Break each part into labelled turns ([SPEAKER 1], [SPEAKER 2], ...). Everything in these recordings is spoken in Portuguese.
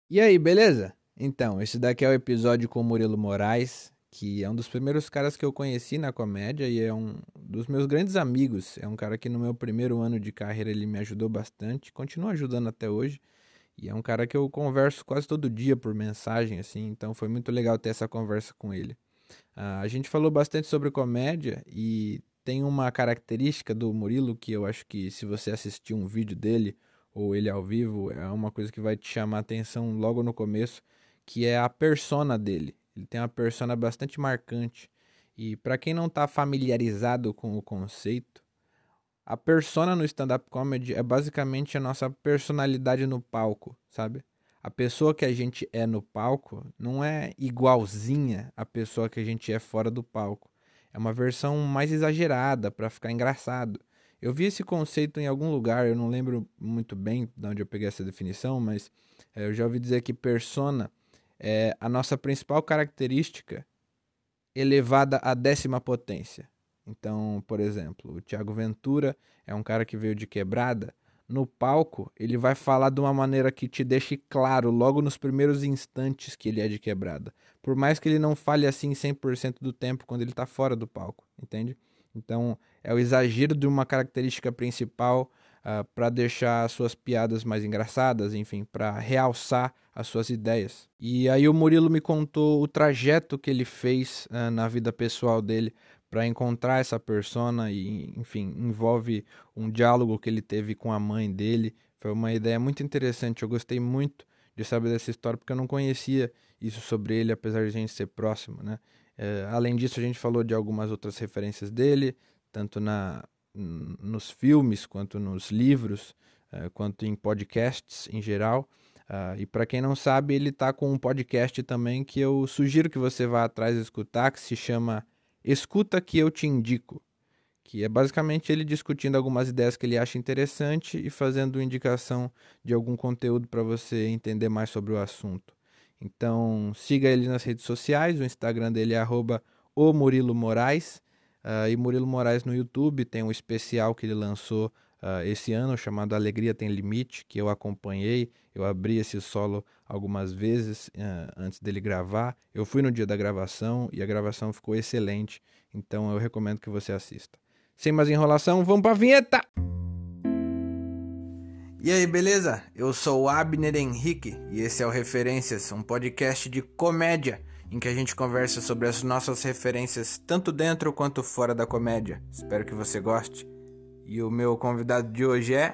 [SPEAKER 1] E aí, beleza? Então, esse daqui é o episódio com o Murilo Moraes, que é um dos primeiros caras que eu conheci na comédia e é um dos meus grandes amigos. É um cara que no meu primeiro ano de carreira ele me ajudou bastante, continua ajudando até hoje, e é um cara que eu converso quase todo dia por mensagem, assim, então foi muito legal ter essa conversa com ele. A gente falou bastante sobre comédia e tem uma característica do Murilo que eu acho que se você assistir um vídeo dele ou ele ao vivo, é uma coisa que vai te chamar a atenção logo no começo, que é a persona dele. Ele tem uma persona bastante marcante. E para quem não está familiarizado com o conceito, a persona no stand-up comedy é basicamente a nossa personalidade no palco, sabe? A pessoa que a gente é no palco não é igualzinha à pessoa que a gente é fora do palco. É uma versão mais exagerada para ficar engraçado. Eu vi esse conceito em algum lugar, eu não lembro muito bem de onde eu peguei essa definição, mas eu já ouvi dizer que persona é a nossa principal característica elevada à décima potência. Então, por exemplo, o Thiago Ventura é um cara que veio de quebrada. No palco, ele vai falar de uma maneira que te deixe claro logo nos primeiros instantes que ele é de quebrada. Por mais que ele não fale assim 100% do tempo quando ele está fora do palco, entende? Então, é o exagero de uma característica principal para deixar as suas piadas mais engraçadas, enfim, para realçar as suas ideias. E aí o Murilo me contou o trajeto que ele fez na vida pessoal dele para encontrar essa persona e, enfim, envolve um diálogo que ele teve com a mãe dele. Foi uma ideia muito interessante. Eu gostei muito de saber dessa história porque eu não conhecia isso sobre ele, apesar de a gente ser próximo, né? Além disso, a gente falou de algumas outras referências dele, tanto nos filmes, quanto nos livros, quanto em podcasts em geral. E para quem não sabe, ele tá com um podcast também que eu sugiro que você vá atrás e escutar, que se chama Escuta que eu te indico, que é basicamente ele discutindo algumas ideias que ele acha interessante e fazendo indicação de algum conteúdo para você entender mais sobre o assunto. Então, siga ele nas redes sociais, o Instagram dele é o Murilo Moraes, e Murilo Moraes no YouTube tem um especial que ele lançou esse ano chamado Alegria Tem Limite, que eu acompanhei, eu abri esse solo algumas vezes antes dele gravar. Eu fui no dia da gravação e a gravação ficou excelente, então eu recomendo que você assista. Sem mais enrolação, vamos pra vinheta! E aí, beleza? Eu sou o Abner Henrique e esse é o Referências, um podcast de comédia em que a gente conversa sobre as nossas referências tanto dentro quanto fora da comédia. Espero que você goste. E o meu convidado de hoje é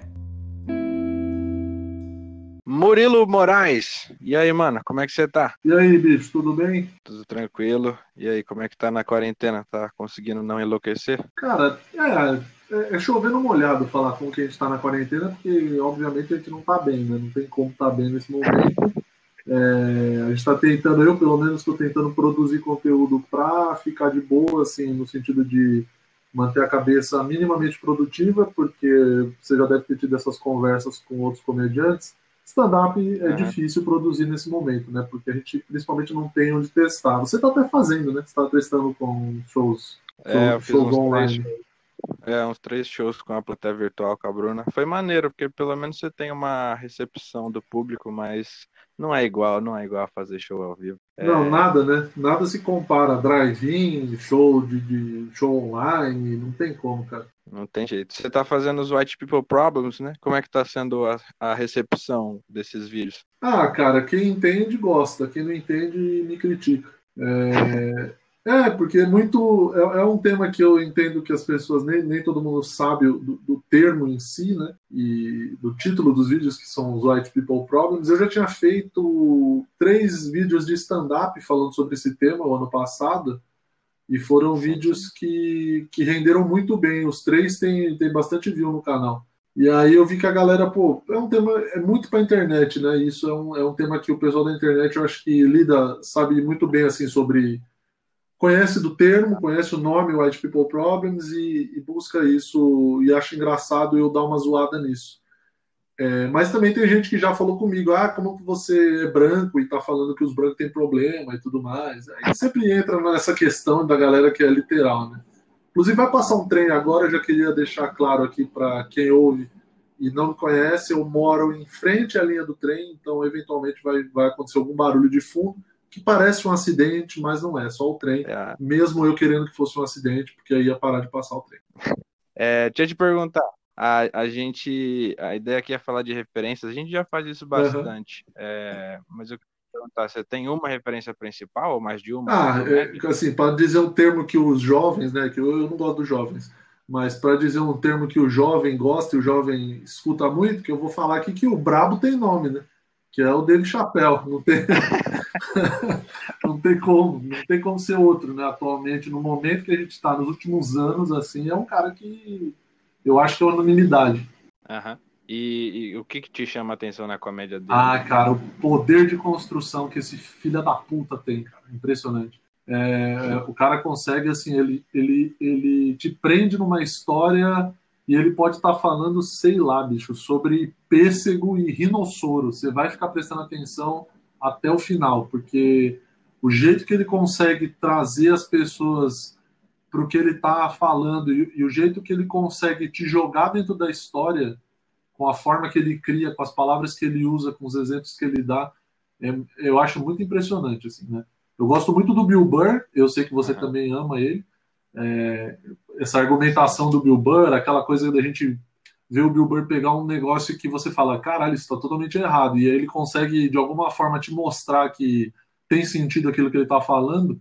[SPEAKER 1] Murilo Moraes. E aí, mano, como é que você tá?
[SPEAKER 2] E aí, bicho, tudo bem?
[SPEAKER 1] Tudo tranquilo? E aí, como é que tá na quarentena? Tá conseguindo não enlouquecer?
[SPEAKER 2] Cara, é chovendo molhado falar com quem está na quarentena, porque obviamente a gente não tá bem, né? Não tem como estar bem nesse momento. A gente está tentando, eu pelo menos estou tentando produzir conteúdo para ficar de boa, assim, no sentido de manter a cabeça minimamente produtiva, porque você já deve ter tido essas conversas com outros comediantes. Stand-up é
[SPEAKER 1] Aham.
[SPEAKER 2] difícil produzir nesse momento, né? Porque a gente principalmente não tem onde testar. Você está até fazendo, né? Você está testando com
[SPEAKER 1] Eu fiz
[SPEAKER 2] shows online.
[SPEAKER 1] uns três shows com a plateia virtual com a Bruna. Foi maneiro, porque pelo menos você tem uma recepção do público, mas não é igual a fazer show ao vivo.
[SPEAKER 2] Não,
[SPEAKER 1] É,
[SPEAKER 2] nada, né? Nada se compara. Drive-in, de show online, não tem como, cara.
[SPEAKER 1] não tem jeito. Você tá fazendo os White People Problems, né? Como é que tá sendo a recepção desses vídeos?
[SPEAKER 2] Ah, cara, quem entende gosta, quem não entende me critica. Porque é um tema que eu entendo que as pessoas nem todo mundo sabe do termo em si, né? E do título dos vídeos, que são os White People Problems. Eu já tinha feito 3 vídeos de stand-up falando sobre esse tema o ano passado, e foram
[SPEAKER 1] Sim.
[SPEAKER 2] vídeos que renderam muito bem. Os 3 têm bastante view no canal. E aí eu vi que a galera, pô, é um tema, é muito pra internet, né? Isso é um tema que o pessoal da internet, eu acho que lida, sabe muito bem, assim, sobre. Conhece do termo, conhece o nome White People Problems e busca isso e acha engraçado eu dar uma zoada nisso. Mas também tem gente que já falou comigo, como que você é branco e tá falando que os brancos têm problema e tudo mais. Aí sempre entra nessa questão da galera que é literal, né? Inclusive vai passar um trem agora, eu já queria deixar claro aqui para quem ouve e não me conhece, eu moro em frente à linha do trem, então eventualmente vai acontecer algum barulho de fundo que parece um acidente, mas não é, só o trem,
[SPEAKER 3] É.
[SPEAKER 2] mesmo eu querendo que fosse um acidente, porque aí ia parar de passar o trem.
[SPEAKER 3] Deixa eu te perguntar, a ideia aqui é falar de referências, a gente já faz isso
[SPEAKER 2] Uhum.
[SPEAKER 3] bastante, mas eu queria te perguntar, você tem uma referência principal ou mais de uma de comédia?
[SPEAKER 2] Assim, para dizer um termo que os jovens, né, que eu não gosto dos jovens, mas para dizer um termo que o jovem gosta e o jovem escuta muito, que eu vou falar aqui que o brabo tem nome, né? Que é o Dave Chappelle. Não tem, não tem como ser outro, né? Atualmente, no momento que a gente está, nos últimos anos, assim, é um cara que eu acho que é unanimidade.
[SPEAKER 3] Aham. E o que te chama a atenção na comédia dele?
[SPEAKER 2] Ah, cara, o poder de construção que esse filho da puta tem, cara, impressionante. O cara consegue, assim, ele te prende numa história e ele pode estar falando, sei lá, bicho, sobre pêssego e rinossoro. Você vai ficar prestando atenção até o final, porque o jeito que ele consegue trazer as pessoas para o que ele está falando e o jeito que ele consegue te jogar dentro da história com a forma que ele cria, com as palavras que ele usa, com os exemplos que ele dá, eu acho muito impressionante, assim, né? Eu gosto muito do Bill Burr, eu sei que você
[SPEAKER 3] Aham.
[SPEAKER 2] também ama ele. Essa
[SPEAKER 3] Sim.
[SPEAKER 2] argumentação do Bill Burr, aquela coisa da gente ver o Bill Burr pegar um negócio que você fala, caralho, isso está totalmente errado, e aí ele consegue, de alguma forma, te mostrar que tem sentido aquilo que ele está falando,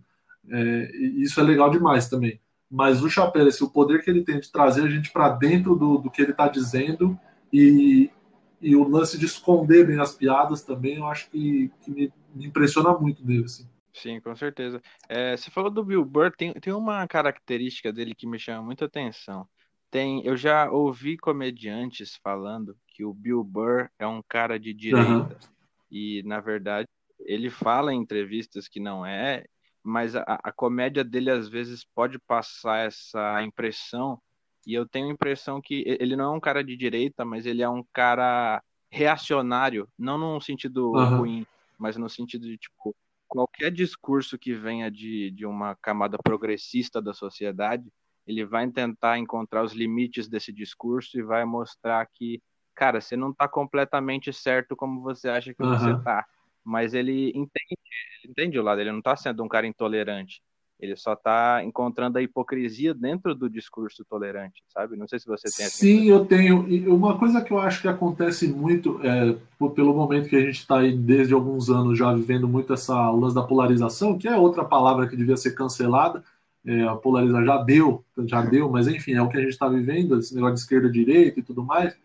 [SPEAKER 2] e isso é legal demais também. Mas o Chapéu, esse, o poder que ele tem de trazer a gente para dentro do que ele está dizendo e, e o lance de esconder bem as piadas também, eu acho que me impressiona muito dele. Assim.
[SPEAKER 3] Sim, com certeza. Você falou do Bill Burr, tem uma característica dele que me chama muita atenção. Eu já ouvi comediantes falando que o Bill Burr é um cara de
[SPEAKER 2] Uhum,
[SPEAKER 3] direita. E, na verdade, ele fala em entrevistas que não é, mas a comédia dele às vezes pode passar essa impressão. E eu tenho a impressão que ele não é um cara de direita, mas ele é um cara reacionário, não num sentido
[SPEAKER 2] uhum,
[SPEAKER 3] ruim, mas no sentido de, tipo, qualquer discurso que venha de uma camada progressista da sociedade, ele vai tentar encontrar os limites desse discurso e vai mostrar que, cara, você não está completamente certo como você acha que você
[SPEAKER 2] uhum.
[SPEAKER 3] está. Mas ele entende o lado, ele não está sendo um cara intolerante. Ele só está encontrando a hipocrisia dentro do discurso tolerante, sabe? Não sei se você tem essa
[SPEAKER 2] Sim,
[SPEAKER 3] impressão.
[SPEAKER 2] eu tenho. E uma coisa que eu acho que acontece muito, pelo momento que a gente está aí desde alguns anos já vivendo muito essa o lance da polarização, que é outra palavra que devia ser cancelada. A polarização já deu, mas enfim, é o que a gente está vivendo, esse negócio de esquerda e direita e tudo mais.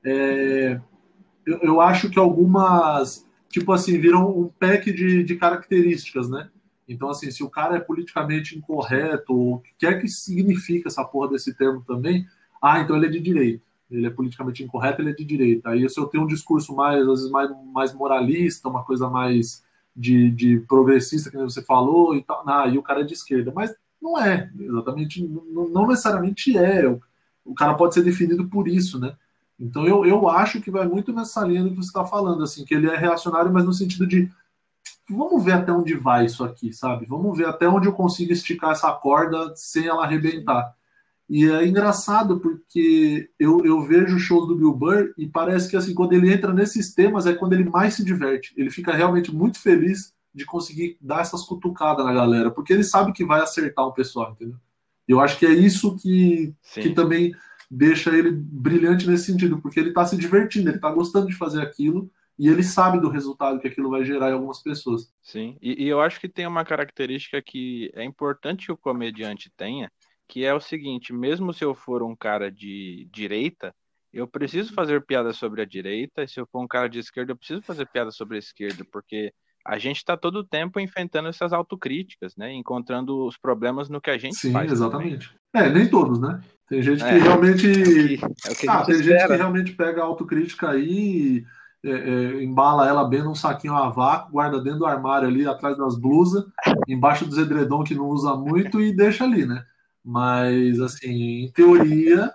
[SPEAKER 2] É, eu acho que algumas, tipo assim, viram um pack de características, né? Então, assim, se o cara é politicamente
[SPEAKER 3] Sim.
[SPEAKER 2] incorreto, ou o que quer que significa essa porra desse termo também, então ele é de direita. Ele é politicamente incorreto, ele é de direita. Aí, se eu tenho um discurso mais, às vezes, mais moralista, uma coisa mais de progressista, que você falou, e tal, aí o cara é de esquerda. Mas não é, exatamente, não necessariamente é. O cara pode ser definido por isso, né? Então eu acho que vai muito nessa linha do que você está falando, assim, que ele é reacionário, mas no sentido de vamos ver até onde vai isso aqui, sabe? Vamos ver até onde eu consigo esticar essa corda sem ela
[SPEAKER 3] Sim.
[SPEAKER 2] arrebentar. E é engraçado porque eu vejo shows do Bill Burr e parece que assim, quando ele entra nesses temas é quando ele mais se diverte. Ele fica realmente muito feliz de conseguir dar essas cutucadas na galera, porque ele sabe que vai acertar o pessoal, entendeu? Eu acho que é isso que
[SPEAKER 3] Sim.
[SPEAKER 2] também deixa ele brilhante nesse sentido, porque ele está se divertindo, ele está gostando de fazer aquilo e ele sabe do resultado que aquilo vai gerar em algumas pessoas.
[SPEAKER 3] Sim, e eu acho que tem uma característica que é importante que o comediante tenha, que é o seguinte: mesmo se eu for um cara de direita, eu preciso fazer piada sobre a direita, e se eu for um cara de esquerda, eu preciso fazer piada sobre a esquerda, porque a gente está todo o tempo enfrentando essas autocríticas, né? Encontrando os problemas no que a gente
[SPEAKER 2] Sim,
[SPEAKER 3] faz também.
[SPEAKER 2] exatamente. Nem todos, né? Tem gente que
[SPEAKER 3] É, é o que,
[SPEAKER 2] realmente.
[SPEAKER 3] é o que a gente
[SPEAKER 2] Tem gente que
[SPEAKER 3] espera.
[SPEAKER 2] realmente pega a autocrítica aí, embala ela bem num saquinho a vácuo, guarda dentro do armário ali, atrás das blusas, embaixo dos edredom que não usa muito e deixa ali, né? Mas, assim, em teoria,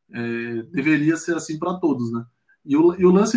[SPEAKER 2] deveria ser assim para todos, né? E o lance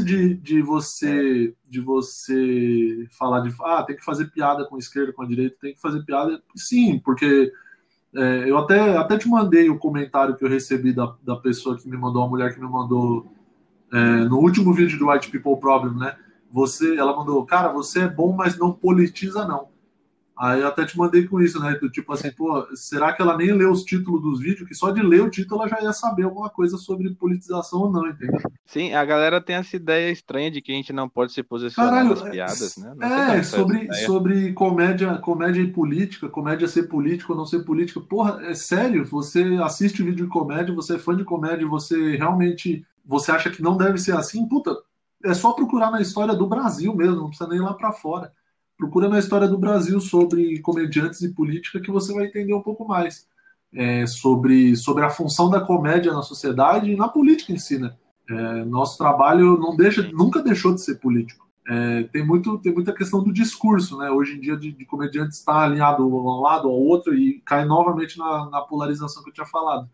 [SPEAKER 3] É,
[SPEAKER 2] de você falar tem que fazer piada com a esquerda, com a direita, tem que fazer piada, sim, porque eu até te mandei o comentário que eu recebi da pessoa que me mandou, a mulher que me mandou No último vídeo do White People Problem, né? Ela mandou, cara, você é bom, mas não politiza, não. Aí eu até te mandei com isso, né? Tipo assim, pô, será que ela nem leu os títulos dos vídeos? Que só de ler o título ela já ia saber alguma coisa sobre politização ou não, entendeu?
[SPEAKER 3] Sim, a galera tem essa ideia estranha de que a gente não pode se posicionar
[SPEAKER 2] Caralho,
[SPEAKER 3] nas piadas, né? Não sei de onde saiu essa ideia.
[SPEAKER 2] sobre comédia e política, comédia ser política ou não ser política. Porra, é sério? Você assiste vídeo de comédia, você é fã de comédia, você realmente você acha que não deve ser assim? Puta, é só procurar na história do Brasil mesmo, não precisa nem ir lá pra fora. Procura na história do Brasil sobre comediantes e política que você vai entender um pouco mais. Sobre a função da comédia na sociedade e na política em si, né? Nosso trabalho nunca deixou de ser político. Tem muita questão do discurso, né? Hoje em dia, de comediante estar alinhado a um lado ao outro e cai novamente na polarização que eu tinha falado.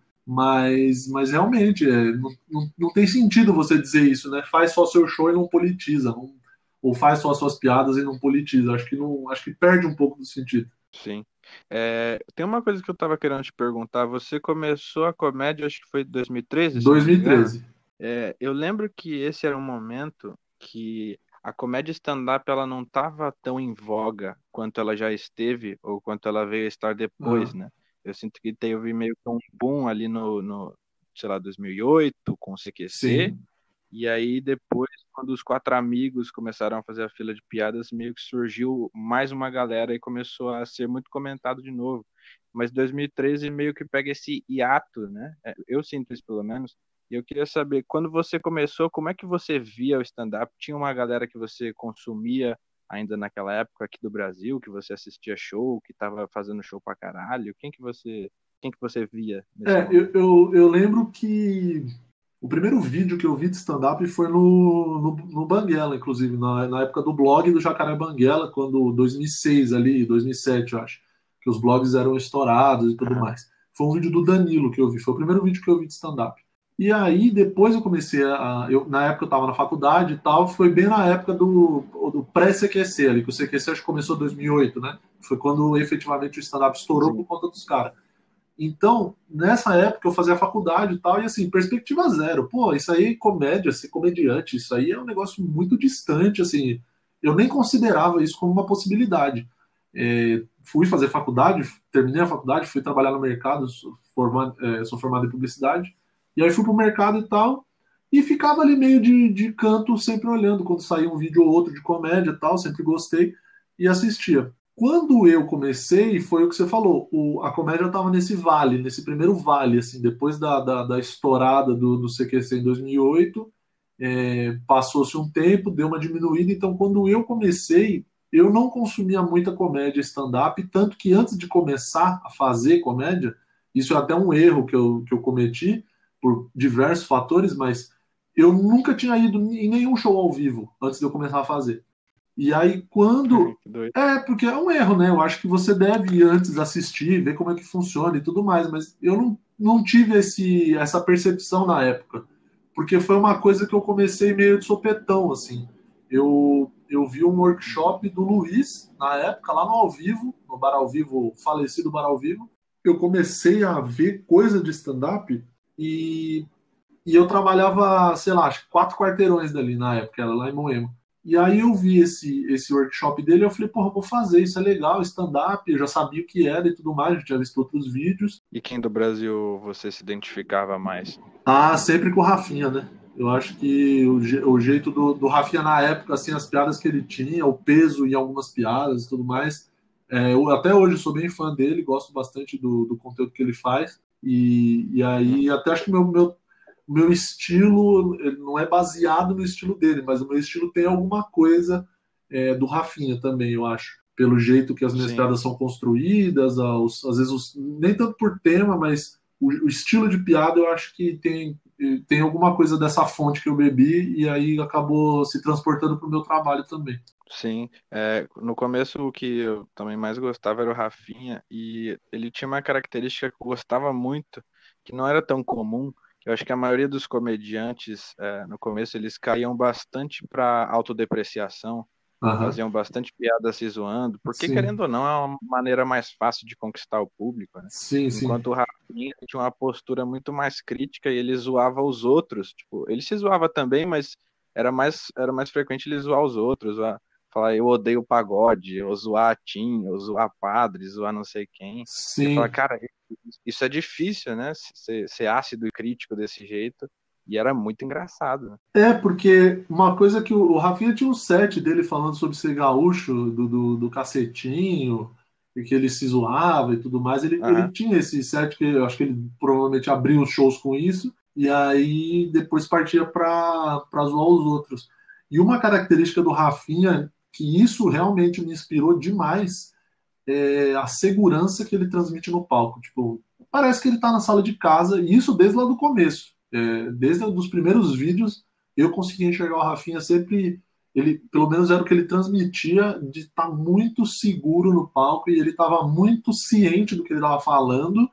[SPEAKER 2] Mas realmente, não tem sentido você dizer isso, né? Faz só seu show e não politiza, ou faz só suas piadas e não politiza. Acho que perde um pouco do sentido.
[SPEAKER 3] Sim. Tem uma coisa que eu tava querendo te perguntar. Você começou a comédia, acho que foi em 2013, se eu não me engano.
[SPEAKER 2] 2013.
[SPEAKER 3] Eu lembro que esse era um momento que a comédia stand-up ela não estava tão em voga quanto ela já esteve ou quanto ela veio a estar depois,
[SPEAKER 2] Ah,
[SPEAKER 3] né? Eu sinto que teve meio que um boom ali sei lá, 2008 com o CQC,
[SPEAKER 2] sim.
[SPEAKER 3] e aí depois, quando os quatro amigos começaram a fazer a fila de piadas, meio que surgiu mais uma galera e começou a ser muito comentado de novo. Mas 2013 meio que pega esse hiato, né? Eu sinto isso pelo menos. E eu queria saber, quando você começou, como é que você via o stand-up? Tinha uma galera que você consumia ainda naquela época aqui do Brasil, que você assistia show, que tava fazendo show pra caralho? Quem que você via nesse momento?
[SPEAKER 2] Eu lembro que o primeiro vídeo que eu vi de stand-up foi no Banguela, inclusive, na época do blog do Jacaré Banguela, quando 2006 ali, 2007, eu acho, que os blogs eram estourados e tudo
[SPEAKER 3] Aham.
[SPEAKER 2] mais. Foi um vídeo do Danilo que eu vi, foi o primeiro vídeo que eu vi de stand-up. E aí, depois eu comecei na época eu estava na faculdade e tal, foi bem na época do pré-CQC ali, que o CQC acho que começou em 2008, né? Foi quando efetivamente o stand-up estourou
[SPEAKER 3] Sim.
[SPEAKER 2] por conta dos caras. Então, nessa época eu fazia faculdade e tal, e assim, perspectiva zero. Pô, isso aí, comédia, ser comediante, isso aí é um negócio muito distante, assim. Eu nem considerava isso como uma possibilidade. Fui fazer faculdade, terminei a faculdade, fui trabalhar no mercado, sou formado em publicidade, e aí fui pro mercado e tal, e ficava ali meio de canto, sempre olhando, quando saía um vídeo ou outro de comédia e tal, sempre gostei, e assistia. Quando eu comecei, foi o que você falou, a comédia estava nesse vale, nesse primeiro vale, assim, depois da estourada do CQC em 2008, passou-se um tempo, deu uma diminuída, então quando eu comecei, eu não consumia muita comédia stand-up, tanto que antes de começar a fazer comédia, isso é até um erro que eu cometi, por diversos fatores, mas eu nunca tinha ido em nenhum show ao vivo antes de eu começar a fazer. E aí, quando.
[SPEAKER 3] Que doido.
[SPEAKER 2] Porque é um erro, né? Eu acho que você deve ir antes assistir, ver como é que funciona e tudo mais, mas eu não tive essa percepção na época, porque foi uma coisa que eu comecei meio de sopetão, assim. Eu vi um workshop do Luiz, na época, lá no Ao Vivo, no Bar Ao Vivo, falecido Bar Ao Vivo. Eu comecei a ver coisa de stand-up e, e eu trabalhava, sei lá, acho que 4 quarteirões dali na época, era lá em Moema. E aí eu vi esse workshop dele e eu falei, porra, eu vou fazer, isso é legal, stand-up, eu já sabia o que era e tudo mais, já tinha visto outros vídeos.
[SPEAKER 3] E quem do Brasil você se identificava mais?
[SPEAKER 2] Ah, sempre com o Rafinha, né? Eu acho que o jeito do Rafinha na época, assim, as piadas que ele tinha, o peso em algumas piadas e tudo mais. Eu, até hoje sou bem fã dele, gosto bastante do conteúdo que ele faz. E aí, até acho que meu estilo ele não é baseado no estilo dele, mas o meu estilo tem alguma coisa do Rafinha também, eu acho. Pelo jeito que as minhas
[SPEAKER 3] Sim.
[SPEAKER 2] piadas são construídas, às vezes nem tanto por tema, mas o estilo de piada eu acho que tem alguma coisa dessa fonte que eu bebi e aí acabou se transportando para o meu trabalho também.
[SPEAKER 3] Sim, no começo o que eu também mais gostava era o Rafinha, e ele tinha uma característica que eu gostava muito, que não era tão comum. Eu acho que a maioria dos comediantes, no começo, eles caíam bastante para autodepreciação,
[SPEAKER 2] Aham.
[SPEAKER 3] faziam bastante piada se zoando, porque
[SPEAKER 2] Sim,
[SPEAKER 3] querendo ou não, é uma maneira mais fácil de conquistar o público, né?
[SPEAKER 2] sim, sim.
[SPEAKER 3] Enquanto o Rafinha tinha uma postura muito mais crítica e ele zoava os outros, tipo, ele se zoava também, mas era mais frequente ele zoar os outros, falar eu odeio pagode, ou zoar Tim, ou zoar padre, zoar não sei quem. E eu falo,
[SPEAKER 2] Sim.
[SPEAKER 3] cara, isso é difícil, né? Ser ácido e crítico desse jeito. E era muito engraçado, né?
[SPEAKER 2] É, porque uma coisa que o Rafinha tinha um set dele falando sobre ser gaúcho, do cacetinho, e que ele se zoava e tudo mais. Ele
[SPEAKER 3] Aham.
[SPEAKER 2] tinha esse set que eu acho que ele provavelmente abriu os shows com isso, e aí depois partia para zoar os outros. E uma característica do Rafinha, que isso realmente me inspirou demais, é a segurança que ele transmite no palco. Tipo, parece que ele está na sala de casa, e isso desde lá do começo. Desde os primeiros vídeos, eu consegui enxergar o Rafinha sempre. Ele, pelo menos era o que ele transmitia, de estar muito seguro no palco e ele estava muito ciente do que ele estava falando,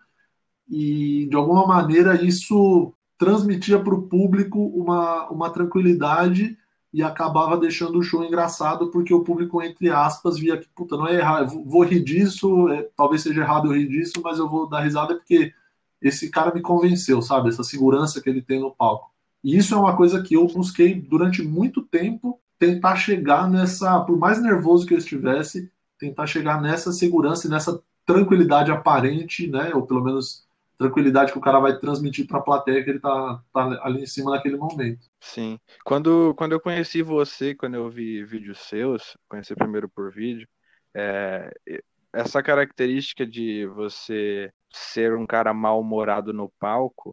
[SPEAKER 2] e de alguma maneira isso transmitia para o público uma tranquilidade e acabava deixando o show engraçado porque o público, entre aspas, via que, puta, não é errado, eu vou rir disso, talvez seja errado eu rir disso, mas eu vou dar risada porque esse cara me convenceu, sabe? Essa segurança que ele tem no palco. E isso é uma coisa que eu busquei durante muito tempo, tentar chegar nessa, por mais nervoso que eu estivesse, tentar chegar nessa segurança e nessa tranquilidade aparente, né? Ou pelo menos tranquilidade que o cara vai transmitir para a plateia que ele tá ali em cima naquele momento.
[SPEAKER 3] Sim. Quando eu conheci você, quando eu vi vídeos seus, conheci primeiro por vídeo, é, essa característica de você ser um cara mal-humorado no palco,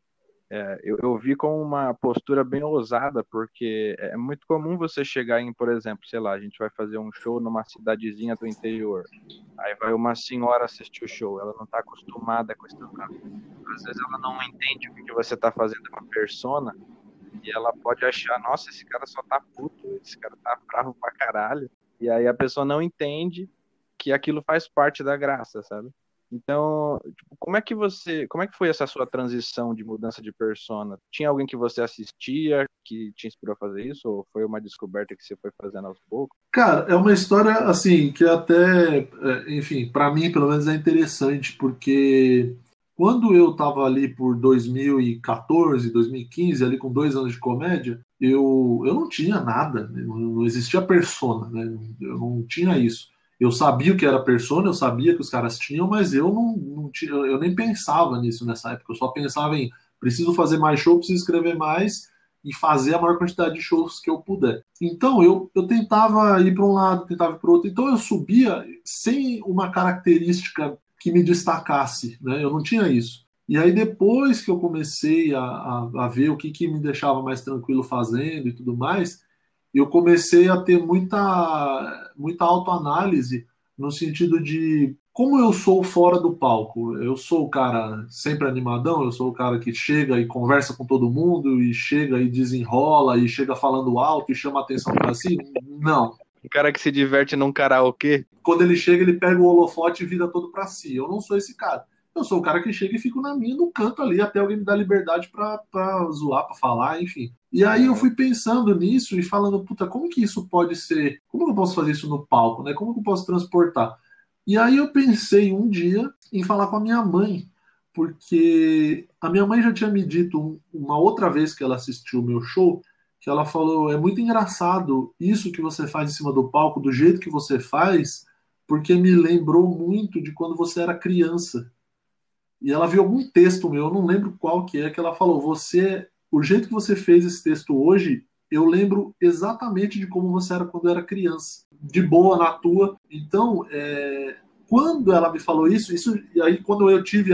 [SPEAKER 3] eu vi com uma postura bem ousada, porque é muito comum você chegar em, por exemplo, sei lá, a gente vai fazer um show numa cidadezinha do interior. Aí vai uma senhora assistir o show, ela não está acostumada com stand-up. Às vezes ela não entende o que você está fazendo com a persona, e ela pode achar, nossa, esse cara só tá puto, esse cara tá bravo pra caralho. E aí a pessoa não entende que aquilo faz parte da graça, sabe? Então, tipo, como é que foi essa sua transição de mudança de persona? Tinha alguém que você assistia que te inspirou a fazer isso, ou foi uma descoberta que você foi fazendo aos poucos?
[SPEAKER 2] Cara, é uma história assim que até, enfim, para mim pelo menos é interessante, porque quando eu tava ali por 2014, 2015, ali com 2 anos de comédia, eu não tinha nada, né? Não existia persona, né? Eu não tinha isso. Eu sabia o que era persona, eu sabia que os caras tinham, mas eu não tinha, eu nem pensava nisso nessa época. Eu só pensava em preciso fazer mais show, preciso escrever mais e fazer a maior quantidade de shows que eu puder. Então eu tentava ir para um lado, tentava ir para o outro. Então eu subia sem uma característica que me destacasse, né? Eu não tinha isso. E aí depois que eu comecei a ver o que me deixava mais tranquilo fazendo e tudo mais, eu comecei a ter muita autoanálise no sentido de como eu sou fora do palco. Eu sou o cara sempre animadão, eu sou o cara que chega e conversa com todo mundo, e chega e desenrola, e chega falando alto e chama atenção para si. Não.
[SPEAKER 3] Um cara que se diverte num karaokê?
[SPEAKER 2] Quando ele chega, ele pega o holofote e vira todo para si. Eu não sou esse cara. Eu sou o cara que chega e fico na minha, no canto ali, até alguém me dar liberdade pra zoar, pra falar, enfim. E aí eu
[SPEAKER 3] Uhum.
[SPEAKER 2] fui pensando nisso e falando, puta, como que isso pode ser? Como que eu posso fazer isso no palco, né? Como que eu posso transportar? E aí eu pensei um dia em falar com a minha mãe, porque a minha mãe já tinha me dito uma outra vez que ela assistiu o meu show, que ela falou, é muito engraçado isso que você faz em cima do palco, do jeito que você faz, porque me lembrou muito de quando você era criança. E ela viu algum texto meu, eu não lembro qual que ela falou, o jeito que você fez esse texto hoje, eu lembro exatamente de como você era quando era criança, de boa na tua. Então, quando ela me falou isso, e aí quando eu tive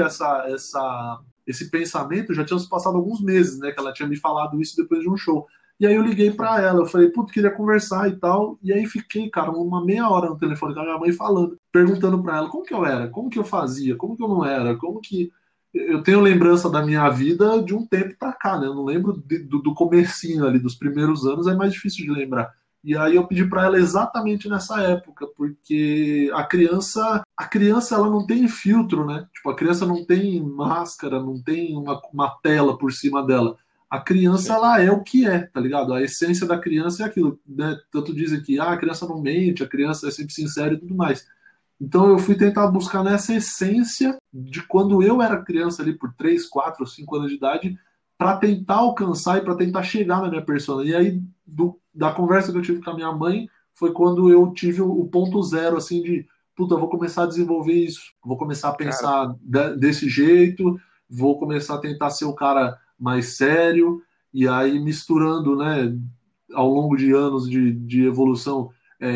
[SPEAKER 2] esse pensamento, já tinham se passado alguns meses, né, que ela tinha me falado isso depois de um show. E aí eu liguei para ela, eu falei, putz, queria conversar e tal. E aí fiquei, cara, uma meia hora no telefone com a minha mãe falando, perguntando para ela como que eu era, como que eu fazia, como que eu não era, como que eu tenho lembrança da minha vida de um tempo para cá, né? Eu não lembro do comecinho ali, dos primeiros anos, é mais difícil de lembrar. E aí eu pedi para ela exatamente nessa época, porque a criança ela não tem filtro, né? Tipo, a criança não tem máscara, não tem uma tela por cima dela. A criança,
[SPEAKER 3] Sim.
[SPEAKER 2] ela é o que é, tá ligado? A essência da criança é aquilo, né? Tanto dizem que a criança não mente, a criança é sempre sincera e tudo mais. Então eu fui tentar buscar nessa essência de quando eu era criança ali por 3 4 5 anos de idade, para tentar alcançar e para tentar chegar na minha persona. E aí da conversa que eu tive com a minha mãe foi quando eu tive o ponto zero assim de puta, eu vou começar a desenvolver isso, vou começar a
[SPEAKER 3] Cara,
[SPEAKER 2] pensar desse jeito, vou começar a tentar ser o cara mais sério e aí misturando, né, ao longo de anos de evolução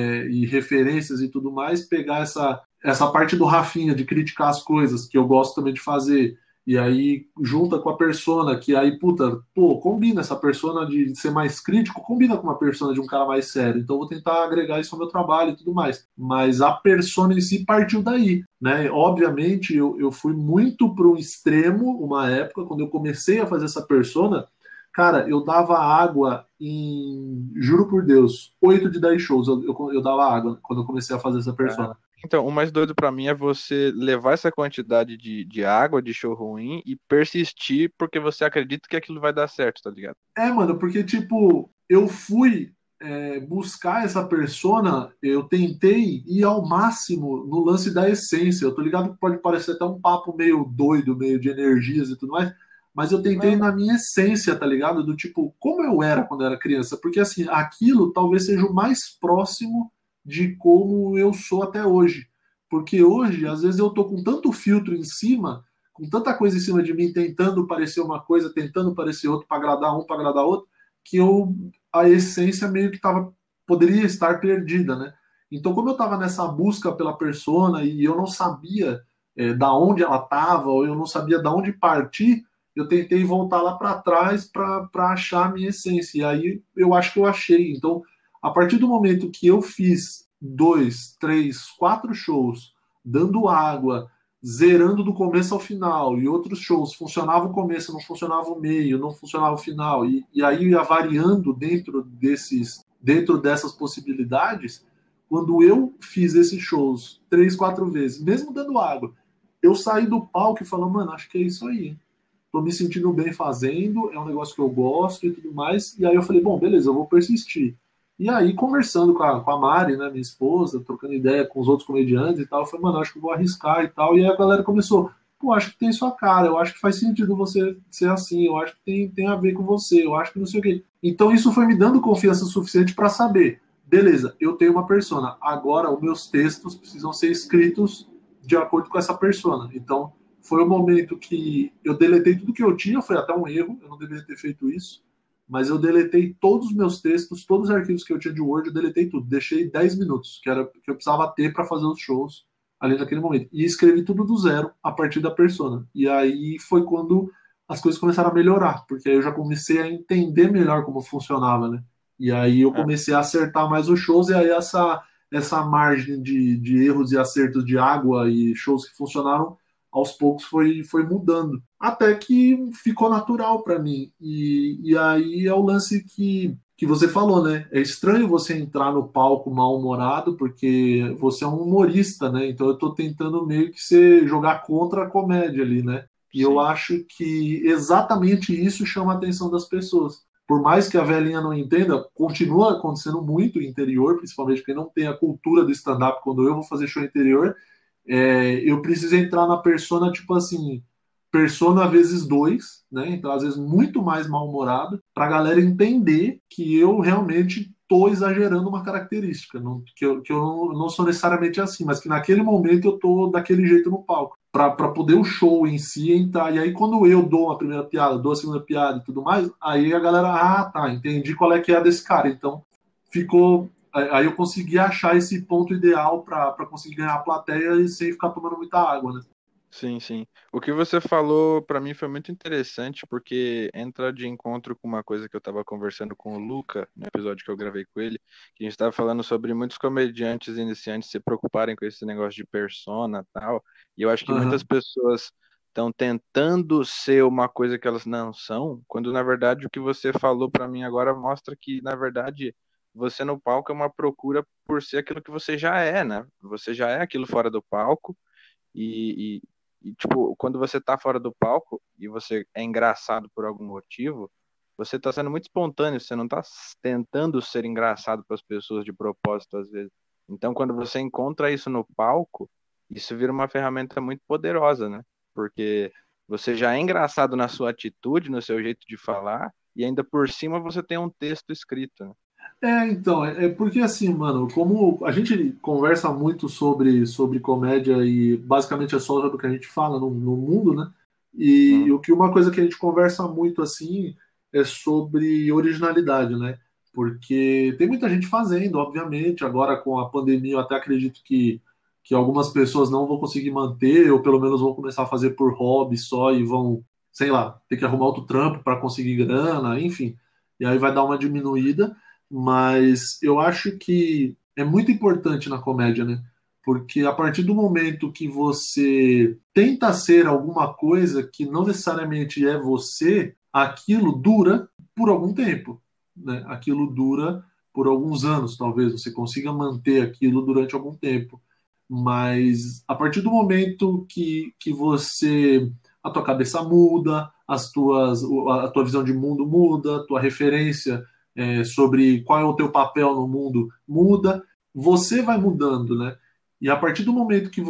[SPEAKER 2] e referências e tudo mais, pegar essa parte do Rafinha, de criticar as coisas, que eu gosto também de fazer, e aí junta com a persona, que aí, puta, pô, combina essa persona de ser mais crítico, combina com uma persona de um cara mais sério, então eu vou tentar agregar isso ao meu trabalho e tudo mais. Mas a persona em si partiu daí, né? Obviamente eu fui muito para um extremo uma época, quando eu comecei a fazer essa persona, cara, eu dava água em, juro por Deus, 8 de 10 shows eu dava água quando eu comecei a fazer essa
[SPEAKER 3] cara.
[SPEAKER 2] persona.
[SPEAKER 3] Então, o mais doido pra mim é você levar essa quantidade de água, de show ruim, e persistir porque você acredita que aquilo vai dar certo, tá ligado?
[SPEAKER 2] É, mano, porque, tipo, eu fui buscar essa persona, eu tentei ir ao máximo no lance da essência. Eu tô ligado que pode parecer até um papo meio doido, meio de energias e tudo mais, mas eu tentei ir
[SPEAKER 3] Não,
[SPEAKER 2] na minha essência, tá ligado? Do tipo, como eu era quando eu era criança. Porque, assim, aquilo talvez seja o mais próximo de como eu sou até hoje. Porque hoje, às vezes, eu tô com tanto filtro em cima, com tanta coisa em cima de mim, tentando parecer uma coisa, tentando parecer outro, para agradar um, para agradar outro, que a essência meio que poderia estar perdida, né? Então, como eu estava nessa busca pela persona e eu não sabia da onde ela estava, ou eu não sabia da onde partir, eu tentei voltar lá para trás para achar a minha essência. E aí eu acho que eu achei. Então, a partir do momento que eu fiz 2, 3, 4 shows, dando água, zerando do começo ao final, e outros shows funcionava o começo, não funcionava o meio, não funcionava o final, e aí ia variando dentro dessas possibilidades. Quando eu fiz esses shows 3, 4 vezes, mesmo dando água, eu saí do palco e falei, mano, acho que é isso aí. Tô me sentindo bem fazendo, é um negócio que eu gosto e tudo mais. E aí eu falei, bom, beleza, eu vou persistir. E aí, conversando com a Mari, né, minha esposa, trocando ideia com os outros comediantes e tal, eu falei, mano, acho que eu vou arriscar e tal. E aí a galera começou, pô, acho que tem sua cara, eu acho que faz sentido você ser assim, eu acho que tem a ver com você, eu acho que não sei o quê. Então isso foi me dando confiança suficiente para saber, beleza, eu tenho uma persona, agora os meus textos precisam ser escritos de acordo com essa persona. Então foi o momento que eu deletei tudo que eu tinha, foi até um erro, eu não deveria ter feito isso, mas eu deletei todos os meus textos, todos os arquivos que eu tinha de Word, eu deletei tudo. Deixei 10 minutos, que era o que eu precisava ter para fazer os shows ali naquele momento. E escrevi tudo do zero a partir da persona. E aí foi quando as coisas começaram a melhorar, porque aí eu já comecei a entender melhor como funcionava, né? E aí eu
[SPEAKER 3] é.
[SPEAKER 2] comecei a acertar mais os shows, e aí essa margem de erros e acertos de água e shows que funcionaram aos poucos foi mudando. Até que ficou natural para mim. E aí é o lance que você falou, né? É estranho você entrar no palco mal-humorado, porque você é um humorista, né? Então eu tô tentando meio que jogar contra a comédia ali, né? E eu
[SPEAKER 3] Sim.
[SPEAKER 2] acho que exatamente isso chama a atenção das pessoas. Por mais que a velhinha não entenda, continua acontecendo muito no interior, principalmente porque não tem a cultura do stand-up. Quando eu vou fazer show interior, eu preciso entrar na persona, tipo assim, persona vezes dois, né? Então, às vezes, muito mais mal-humorado, pra galera entender que eu realmente tô exagerando uma característica, que eu não sou necessariamente assim, mas que naquele momento eu tô daquele jeito no palco. Pra poder o show em si entrar. E aí, quando eu dou uma primeira piada, dou a segunda piada e tudo mais, aí a galera, tá, entendi qual é que é a desse cara. Então, ficou aí eu consegui achar esse ponto ideal para conseguir ganhar a plateia e sem ficar tomando muita água, né?
[SPEAKER 3] Sim, sim. O que você falou pra mim foi muito interessante, porque entra de encontro com uma coisa que eu tava conversando com o Luca, no episódio que eu gravei com ele, que a gente tava falando sobre muitos comediantes iniciantes se preocuparem com esse negócio de persona e tal, e eu acho que muitas
[SPEAKER 2] Uhum.
[SPEAKER 3] pessoas estão tentando ser uma coisa que elas não são, quando na verdade o que você falou pra mim agora mostra que, na verdade, você no palco é uma procura por ser aquilo que você já é, né? Você já é aquilo fora do palco, e, tipo, quando você tá fora do palco e você é engraçado por algum motivo, você está sendo muito espontâneo, você não está tentando ser engraçado para as pessoas de propósito, às vezes. Então, quando você encontra isso no palco, isso vira uma ferramenta muito poderosa, né? Porque você já é engraçado na sua atitude, no seu jeito de falar, e ainda por cima você tem um texto escrito, né?
[SPEAKER 2] Então, é porque assim, mano, como a gente conversa muito sobre comédia e basicamente é só sobre o que a gente fala no mundo, né? E
[SPEAKER 3] Uhum.
[SPEAKER 2] o que uma coisa que a gente conversa muito assim é sobre originalidade, né? Porque tem muita gente fazendo, obviamente, agora com a pandemia eu até acredito que algumas pessoas não vão conseguir manter, ou pelo menos vão começar a fazer por hobby só e vão, sei lá, ter que arrumar outro trampo para conseguir grana, enfim. E aí vai dar uma diminuída, mas eu acho que é muito importante na comédia, né? Porque a partir do momento que você tenta ser alguma coisa que não necessariamente é você, aquilo dura por algum tempo, né? Aquilo dura por alguns anos, talvez você consiga manter aquilo durante algum tempo. Mas a partir do momento que você a tua cabeça muda, a tua visão de mundo muda, a tua referência sobre qual é o teu papel no mundo muda, você vai mudando, né? E a partir do momento que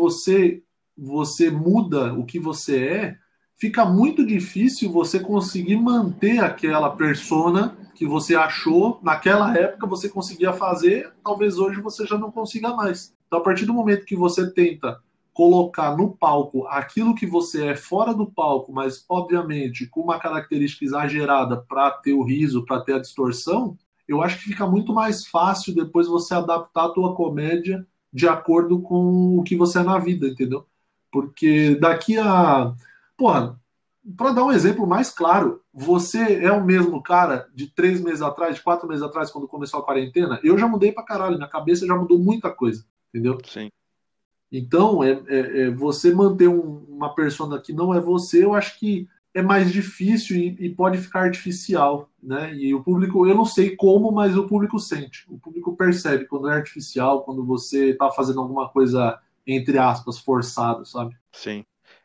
[SPEAKER 2] você muda o que você fica muito difícil você conseguir manter aquela persona que você achou naquela época você conseguia fazer, talvez hoje você já não consiga mais. Então, a partir do momento que você tenta colocar no palco aquilo que você é fora do palco, mas obviamente com uma característica exagerada para ter o riso, para ter a distorção, eu acho que fica muito mais fácil depois você adaptar a tua comédia de acordo com o que você é na vida, entendeu? Porque daqui a. Porra, para dar um exemplo mais claro, você é o mesmo cara de 3 meses atrás, de 4 meses atrás, quando começou a quarentena? Eu já mudei pra caralho, minha cabeça já mudou muita coisa, entendeu?
[SPEAKER 3] Sim.
[SPEAKER 2] Então, você manter uma persona que não é você, eu acho que é mais difícil e pode ficar artificial, né? E o público, eu não sei como, mas o público sente. O público percebe quando é artificial, quando você está fazendo alguma coisa, entre aspas, forçado, sabe?
[SPEAKER 3] Sim.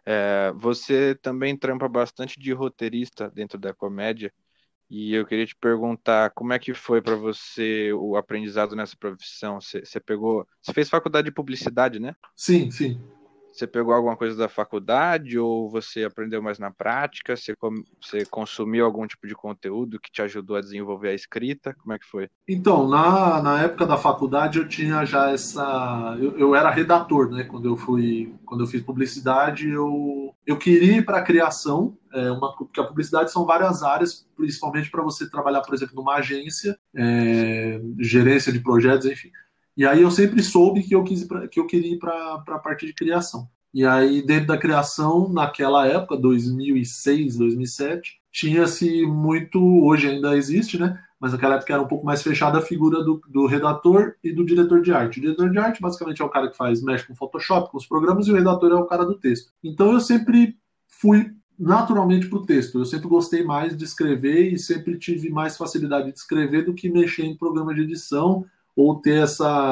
[SPEAKER 3] Você também trampa bastante de roteirista dentro da comédia, e eu queria te perguntar como é que foi para você o aprendizado nessa profissão? Você fez faculdade de publicidade, né?
[SPEAKER 2] Sim, sim.
[SPEAKER 3] Você pegou alguma coisa da faculdade ou você aprendeu mais na prática? Você consumiu algum tipo de conteúdo que te ajudou a desenvolver a escrita? Como é que foi?
[SPEAKER 2] Então, na época da faculdade eu tinha já essa. Eu era redator, né? Quando eu fiz publicidade, eu queria ir para a criação, porque a publicidade são várias áreas, principalmente para você trabalhar, por exemplo, numa agência, gerência de projetos, enfim. E aí eu sempre soube que eu queria ir para a parte de criação. E aí, dentro da criação, naquela época, 2006, 2007, tinha-se muito, hoje ainda existe, né? Mas naquela época era um pouco mais fechada a figura do redator e do diretor de arte. O diretor de arte, basicamente, é o cara que mexe com Photoshop, com os programas, e o redator é o cara do texto. Então eu sempre fui naturalmente para o texto. Eu sempre gostei mais de escrever e sempre tive mais facilidade de escrever do que mexer em programa de edição ou ter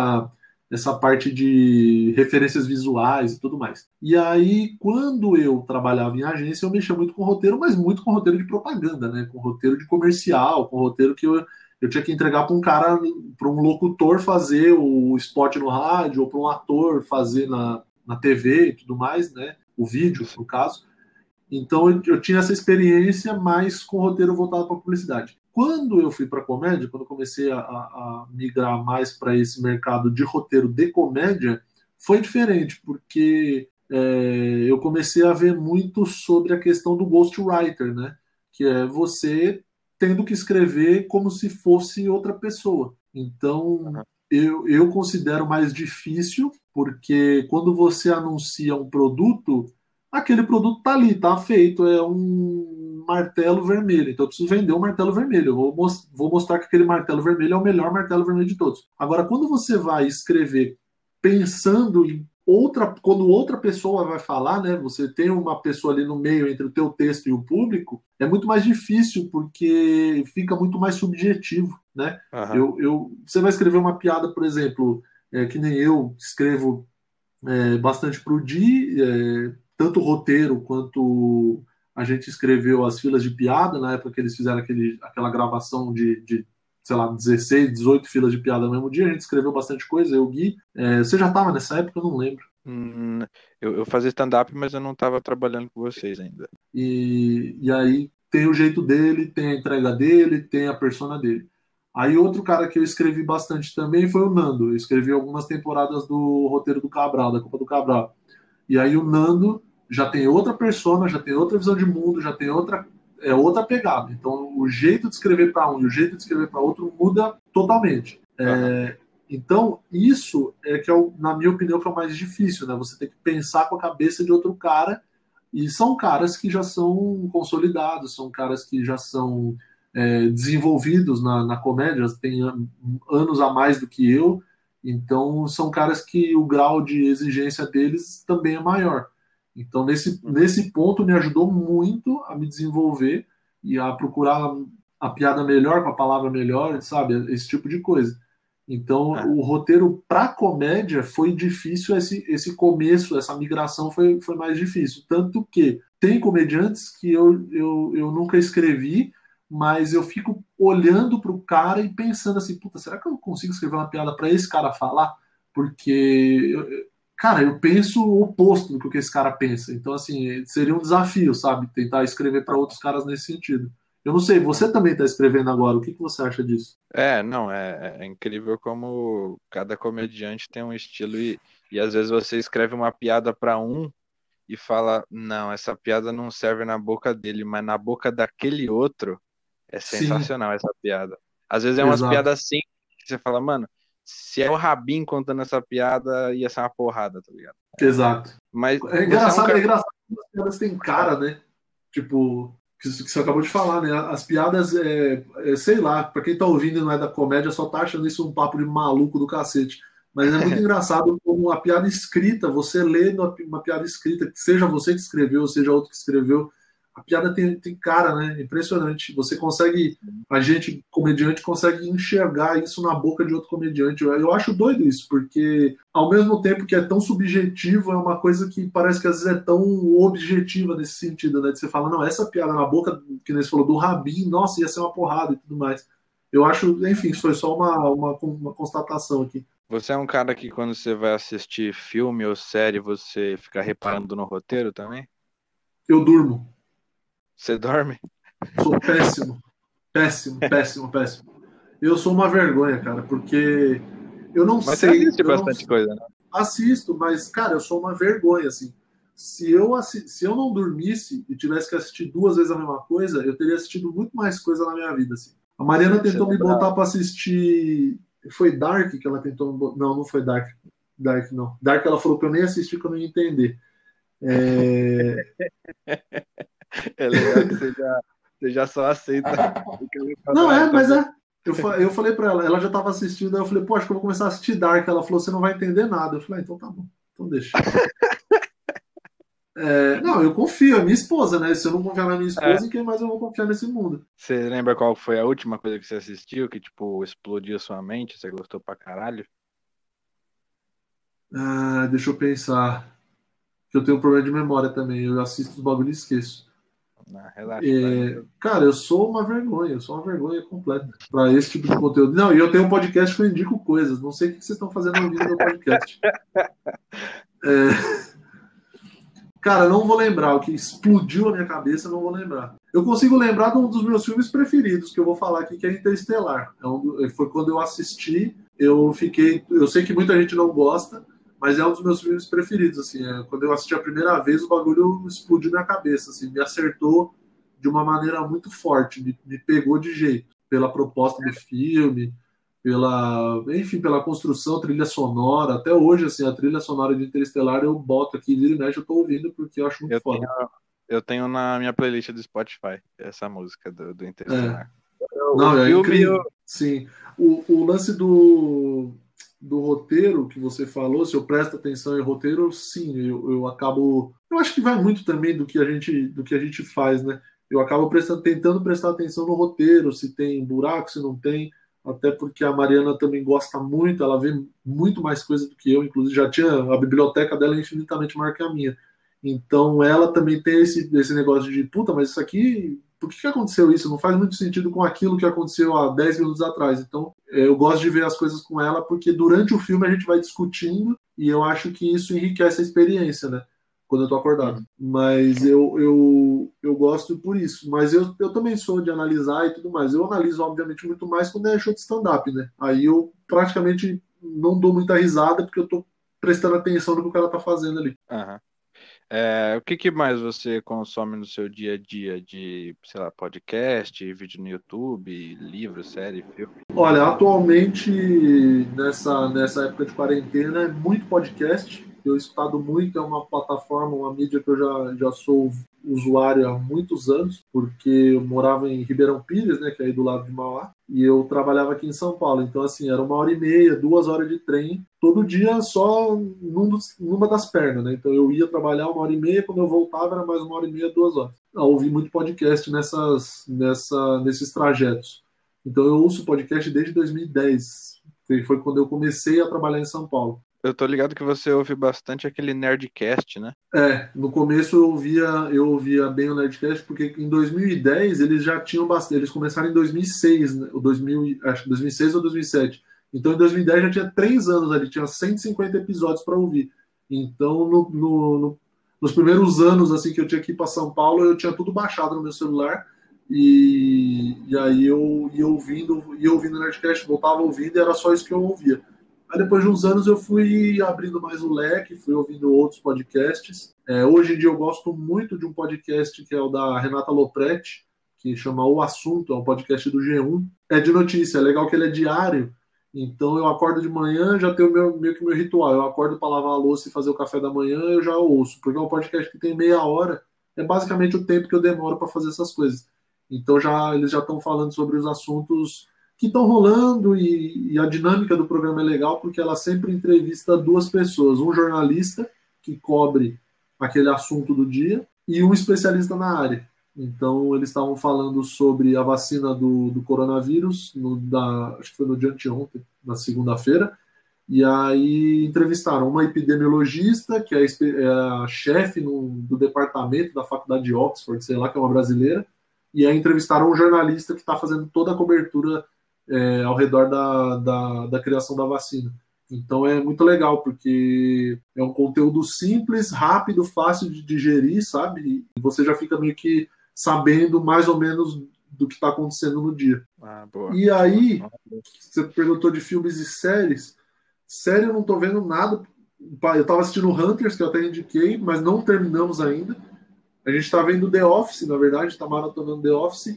[SPEAKER 2] essa parte de referências visuais e tudo mais. E aí, quando eu trabalhava em agência, eu mexia muito com roteiro, mas muito com roteiro de propaganda, né? Com roteiro de comercial, com roteiro que eu tinha que entregar para um cara, para um locutor fazer o spot no rádio, ou para um ator fazer na TV e tudo mais, né? O vídeo, no caso. Então eu tinha essa experiência mais com roteiro voltado para publicidade. Quando eu fui para comédia, quando eu comecei a migrar mais para esse mercado de roteiro de comédia, foi diferente, porque eu comecei a ver muito sobre a questão do ghostwriter, né? Que é você tendo que escrever como se fosse outra pessoa. Então, eu considero mais difícil, porque quando você anuncia um produto, aquele produto tá ali, tá feito, é um martelo vermelho. Então eu preciso vender um martelo vermelho. Eu vou mostrar que aquele martelo vermelho é o melhor martelo vermelho de todos. Agora, quando você vai escrever pensando em quando outra pessoa vai falar, né? Você tem uma pessoa ali no meio entre o teu texto e o público, é muito mais difícil porque fica muito mais subjetivo, né?
[SPEAKER 3] Aham.
[SPEAKER 2] Você vai escrever uma piada, por exemplo, que nem eu escrevo bastante para o Di, tanto o roteiro quanto a gente escreveu as filas de piada, na época que eles fizeram aquela gravação sei lá, 16, 18 filas de piada no mesmo dia, a gente escreveu bastante coisa, eu, Gui. Você já estava nessa época? Eu não lembro.
[SPEAKER 3] Eu fazia stand-up, mas eu não estava trabalhando com vocês ainda.
[SPEAKER 2] E aí tem o jeito dele, tem a entrega dele, tem a persona dele. Aí outro cara que eu escrevi bastante também foi o Nando. Eu escrevi algumas temporadas do roteiro do Cabral, da Copa do Cabral. E aí o Nando já tem outra persona, já tem outra visão de mundo, já tem outra pegada. Então o jeito de escrever para um e o jeito de escrever para outro muda totalmente. Então isso é que na minha opinião, que é o mais difícil, né? Você tem que pensar com a cabeça de outro cara, e são caras que já são consolidados, são caras que já são desenvolvidos na comédia, têm anos a mais do que eu, então são caras que o grau de exigência deles também é maior. Então nesse ponto me ajudou muito a me desenvolver e a procurar a piada melhor, com a palavra melhor, sabe? Esse tipo de coisa. Então o roteiro para comédia foi difícil, esse começo, essa migração foi mais difícil. Tanto que tem comediantes que eu nunca escrevi, mas eu fico olhando pro cara e pensando assim, puta, será que eu consigo escrever uma piada para esse cara falar? Porque, cara, eu penso o oposto do que esse cara pensa. Então, assim, seria um desafio, sabe? Tentar escrever para outros caras nesse sentido. Eu não sei, você também está escrevendo agora, o que você acha disso?
[SPEAKER 3] Não, é incrível como cada comediante tem um estilo e às vezes você escreve uma piada para um e fala, não, essa piada não serve na boca dele, mas na boca daquele outro é
[SPEAKER 2] Sim,
[SPEAKER 3] sensacional essa piada. Às vezes é umas
[SPEAKER 2] exato.
[SPEAKER 3] piadas assim que você fala, mano, se é o Rabin contando essa piada, ia ser uma porrada, tá ligado?
[SPEAKER 2] Exato.
[SPEAKER 3] Mas
[SPEAKER 2] É
[SPEAKER 3] você é um
[SPEAKER 2] engraçado,
[SPEAKER 3] cara.
[SPEAKER 2] é engraçado que as piadas têm cara, né? Tipo, que você acabou de falar, né? As piadas, sei lá, pra quem tá ouvindo e não é da comédia, só tá achando isso um papo de maluco do cacete. Mas é muito engraçado como a piada escrita, você lê uma piada escrita, que seja você que escreveu, seja outro que escreveu, a piada tem cara, né? Impressionante. Você consegue, a gente, comediante, consegue enxergar isso na boca de outro comediante. Eu acho doido isso, porque ao mesmo tempo que é tão subjetivo, é uma coisa que parece que às vezes é tão objetiva nesse sentido, né? De você falar, não, essa piada na boca, que nem você falou, do Rabin, nossa, ia ser uma porrada e tudo mais. Eu acho, enfim, isso foi só uma constatação aqui.
[SPEAKER 3] Você é um cara que quando você vai assistir filme ou série, você fica reparando no roteiro também?
[SPEAKER 2] Eu durmo.
[SPEAKER 3] Você dorme?
[SPEAKER 2] Sou péssimo. Péssimo, péssimo, péssimo. Eu sou uma vergonha, cara, porque eu não
[SPEAKER 3] Mas você
[SPEAKER 2] sei,
[SPEAKER 3] assiste bastante coisa, né?
[SPEAKER 2] assisto, mas, cara, eu sou uma vergonha, assim. Se eu não dormisse e tivesse que assistir duas vezes a mesma coisa, eu teria assistido muito mais coisa na minha vida, assim. A Mariana
[SPEAKER 3] Você
[SPEAKER 2] tentou me
[SPEAKER 3] lembra?
[SPEAKER 2] botar para assistir. Foi Dark que ela tentou me botar. Não, não foi Dark. Dark, não. Dark ela falou que eu nem assisti, que eu não ia entender.
[SPEAKER 3] É legal que você já só aceita o que ele fala.
[SPEAKER 2] Não,
[SPEAKER 3] Então
[SPEAKER 2] mas é. Eu falei pra ela já tava assistindo, aí eu falei, pô, acho que eu vou começar a assistir Dark. Ela falou, você não vai entender nada. Eu falei, então tá bom, então deixa. Não, eu confio, é minha esposa, né? Se eu não confiar na minha
[SPEAKER 3] É.
[SPEAKER 2] esposa, em quem mais eu vou confiar nesse mundo?
[SPEAKER 3] Você lembra qual foi a última coisa que você assistiu que, tipo, explodiu sua mente? Você gostou pra caralho?
[SPEAKER 2] Deixa eu pensar. Que eu tenho um problema de memória também. Eu assisto os bagulhos e esqueço.
[SPEAKER 3] Não, relaxa, vai.
[SPEAKER 2] Cara, eu sou uma vergonha completa para esse tipo de conteúdo. Não, e eu tenho um podcast que eu indico coisas. Não sei o que vocês estão fazendo ouvindo meu podcast. Cara, não vou lembrar. O que explodiu a minha cabeça, não vou lembrar. Eu consigo lembrar de um dos meus filmes preferidos, que eu vou falar aqui, que é Interestelar. Foi quando eu assisti, eu fiquei. Eu sei que muita gente não gosta, mas é um dos meus filmes preferidos. Assim, quando eu assisti a primeira vez, o bagulho explodiu na cabeça. Assim, me acertou de uma maneira muito forte, me pegou de jeito. Pela proposta do filme, enfim, pela construção, trilha sonora. Até hoje, assim, a trilha sonora de Interestelar eu boto aqui, vira e mexe, eu tô ouvindo porque eu acho muito
[SPEAKER 3] Eu tenho,
[SPEAKER 2] foda.
[SPEAKER 3] eu tenho na minha playlist do Spotify essa música do
[SPEAKER 2] É.
[SPEAKER 3] Interestelar. O
[SPEAKER 2] Não, é
[SPEAKER 3] filme,
[SPEAKER 2] incrível. Sim. O lance do roteiro que você falou, se eu presto atenção em roteiro, sim, eu acabo. Eu acho que vai muito também do que a gente faz, né? Eu acabo tentando prestar atenção no roteiro, se tem buraco, se não tem. Até porque a Mariana também gosta muito, ela vê muito mais coisa do que eu, inclusive já tinha a biblioteca dela é infinitamente maior que a minha. Então ela também tem esse negócio de, puta, mas isso aqui, por que aconteceu isso? Não faz muito sentido com aquilo que aconteceu há 10 minutos atrás. Então eu gosto de ver as coisas com ela, porque durante o filme a gente vai discutindo e eu acho que isso enriquece a experiência, né? Quando eu tô acordado. Mas eu gosto por isso. Mas eu também sou de analisar e tudo mais. Eu analiso, obviamente, muito mais quando é show de stand-up, né? Aí eu praticamente não dou muita risada, porque eu tô prestando atenção no que o cara tá fazendo ali.
[SPEAKER 3] Aham. O que que mais você consome no seu dia a dia de, sei lá, podcast, vídeo no YouTube, livro, série, filme?
[SPEAKER 2] Olha, atualmente, nessa época de quarentena, é muito podcast. Eu escutado muito, é uma plataforma, uma mídia que eu já sou usuário há muitos anos, porque eu morava em Ribeirão Pires, né, que é aí do lado de Mauá, e eu trabalhava aqui em São Paulo. Então, assim, era 1h30, 2 horas de trem, todo dia só numa das pernas, né? Então eu ia trabalhar 1h30, quando eu voltava era mais 1h30, 2 horas. Eu ouvi muito podcast nesses trajetos. Então eu ouço podcast desde 2010. Foi quando eu comecei a trabalhar em São Paulo.
[SPEAKER 3] Eu tô ligado que você ouve bastante aquele Nerdcast, né?
[SPEAKER 2] No começo eu ouvia bem o Nerdcast, porque em 2010 eles já tinham bastante. Eles começaram em 2006, né? Acho que 2006 ou 2007. Então em 2010 já tinha 3 anos ali, tinha 150 episódios para ouvir. Então nos primeiros anos assim que eu tinha que ir para São Paulo, eu tinha tudo baixado no meu celular. E aí eu ia ouvindo o Nerdcast, voltava ouvindo e era só isso que eu ouvia. Aí depois de uns anos eu fui abrindo mais o leque, fui ouvindo outros podcasts. Hoje em dia eu gosto muito de um podcast que é o da Renata Lopretti, que chama O Assunto, é um podcast do G1. É de notícia, é legal que ele é diário. Então eu acordo de manhã, já tenho meio que meu ritual. Eu acordo para lavar a louça e fazer o café da manhã, eu já ouço, porque é um podcast que tem meia hora, é basicamente o tempo que eu demoro para fazer essas coisas. Então eles já estão falando sobre os assuntos que estão rolando e a dinâmica do programa é legal porque ela sempre entrevista duas pessoas, um jornalista que cobre aquele assunto do dia e um especialista na área. Então eles estavam falando sobre a vacina do coronavírus, acho que foi no dia anteontem, na segunda-feira, e aí entrevistaram uma epidemiologista, que é a chefe do departamento da faculdade de Oxford, sei lá, que é uma brasileira, e aí entrevistaram um jornalista que está fazendo toda a cobertura ao redor da criação da vacina. Então é muito legal, porque é um conteúdo simples, rápido, fácil de digerir, sabe? E você já fica meio que sabendo mais ou menos do que está acontecendo no dia.
[SPEAKER 3] Boa.
[SPEAKER 2] E aí, você perguntou de filmes e séries. Série eu não tô vendo nada. Eu tava assistindo Hunters, que eu até indiquei, mas não terminamos ainda. A gente tá vendo The Office, na verdade, tá maratonando The Office.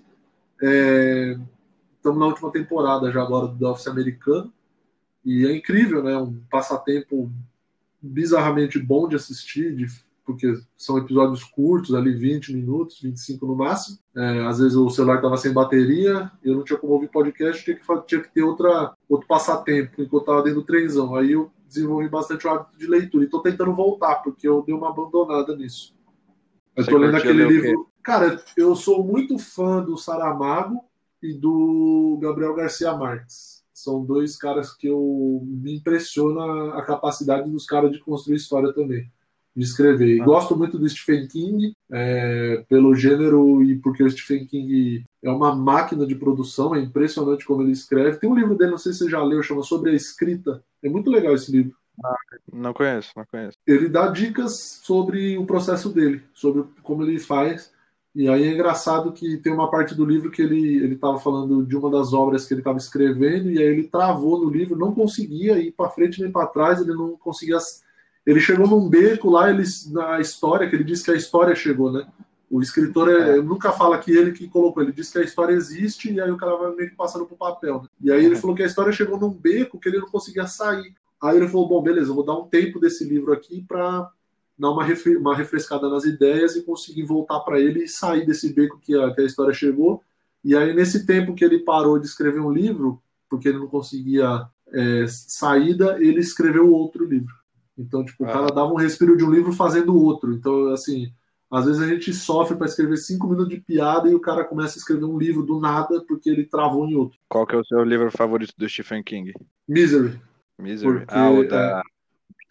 [SPEAKER 2] Estamos na última temporada já agora do The Office americano. E é incrível, né? Um passatempo bizarramente bom de assistir, porque são episódios curtos, ali 20 minutos, 25 no máximo. Às vezes o celular estava sem bateria, eu não tinha como ouvir podcast, tinha que ter outro passatempo enquanto estava dentro do trenzão. Aí eu desenvolvi bastante o hábito de leitura. E estou tentando voltar, porque eu dei uma abandonada nisso. Eu estou lendo aquele livro. Cara, eu sou muito fã do Saramago e do Gabriel Garcia Marques. São dois caras que me impressiona a capacidade dos caras de construir história também, de escrever. E gosto muito do Stephen King, pelo gênero e porque o Stephen King é uma máquina de produção, é impressionante como ele escreve. Tem um livro dele, não sei se você já leu, chama Sobre a Escrita. É muito legal esse livro.
[SPEAKER 3] Não conheço.
[SPEAKER 2] Ele dá dicas sobre o processo dele, sobre como ele faz. E aí é engraçado que tem uma parte do livro que ele estava falando de uma das obras que ele estava escrevendo, e aí ele travou no livro, não conseguia ir para frente nem para trás, ele não conseguia. Ele chegou num beco lá, na história, que ele disse que a história chegou, né? O escritor nunca fala que ele que colocou, ele diz que a história existe, e aí o cara vai meio que passando pro papel, né? E aí ele falou que a história chegou num beco que ele não conseguia sair. Aí ele falou, bom, beleza, eu vou dar um tempo desse livro aqui para dar uma refrescada nas ideias e conseguir voltar para ele e sair desse beco que a história chegou. E aí, nesse tempo que ele parou de escrever um livro, porque ele não conseguia saída, ele escreveu outro livro. Então, tipo, o cara dava um respiro de um livro fazendo outro. Então, assim, às vezes a gente sofre para escrever 5 minutos de piada e o cara começa a escrever um livro do nada porque ele travou em outro.
[SPEAKER 3] Qual que é o seu livro favorito do Stephen King?
[SPEAKER 2] Misery.
[SPEAKER 3] Misery.
[SPEAKER 2] Porque,
[SPEAKER 3] o da